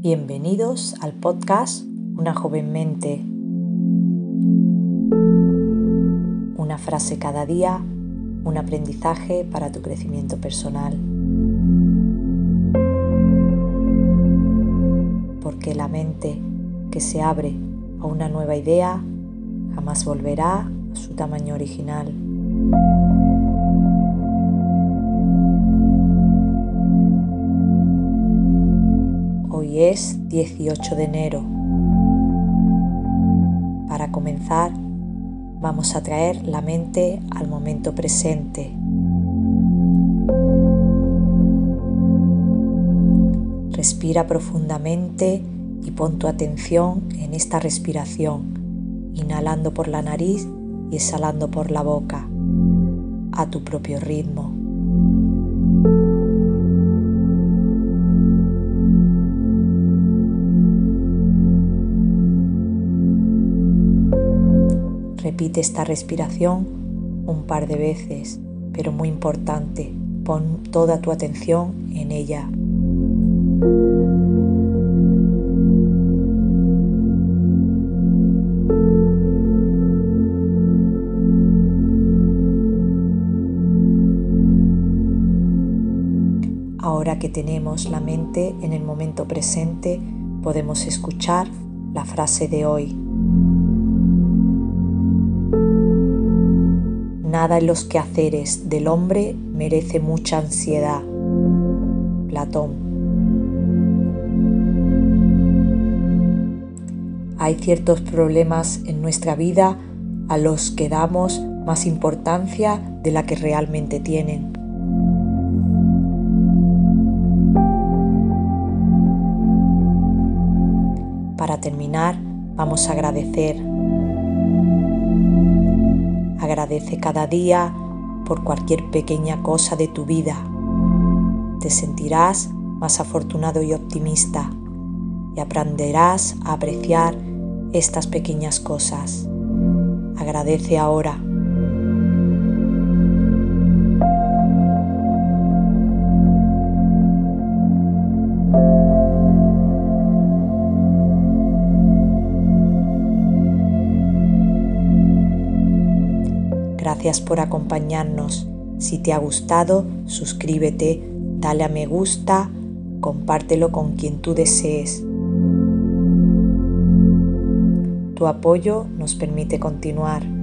Bienvenidos al podcast Una joven mente. Una frase cada día, un aprendizaje para tu crecimiento personal. Porque la mente que se abre a una nueva idea jamás volverá a su tamaño original. Hoy es 18 de enero. Para comenzar, vamos a traer la mente al momento presente. Respira profundamente y pon tu atención en esta respiración, inhalando por la nariz y exhalando por la boca, a tu propio ritmo. Repite esta respiración un par de veces, pero muy importante, pon toda tu atención en ella. Ahora que tenemos la mente en el momento presente, podemos escuchar la frase de hoy. Nada en los quehaceres del hombre merece mucha ansiedad. Platón. Hay ciertos problemas en nuestra vida a los que damos más importancia de la que realmente tienen. Para terminar, vamos a agradecer. Agradece cada día por cualquier pequeña cosa de tu vida. Te sentirás más afortunado y optimista y aprenderás a apreciar estas pequeñas cosas. Agradece ahora. Gracias por acompañarnos. Si te ha gustado, suscríbete, dale a me gusta, compártelo con quien tú desees. Tu apoyo nos permite continuar.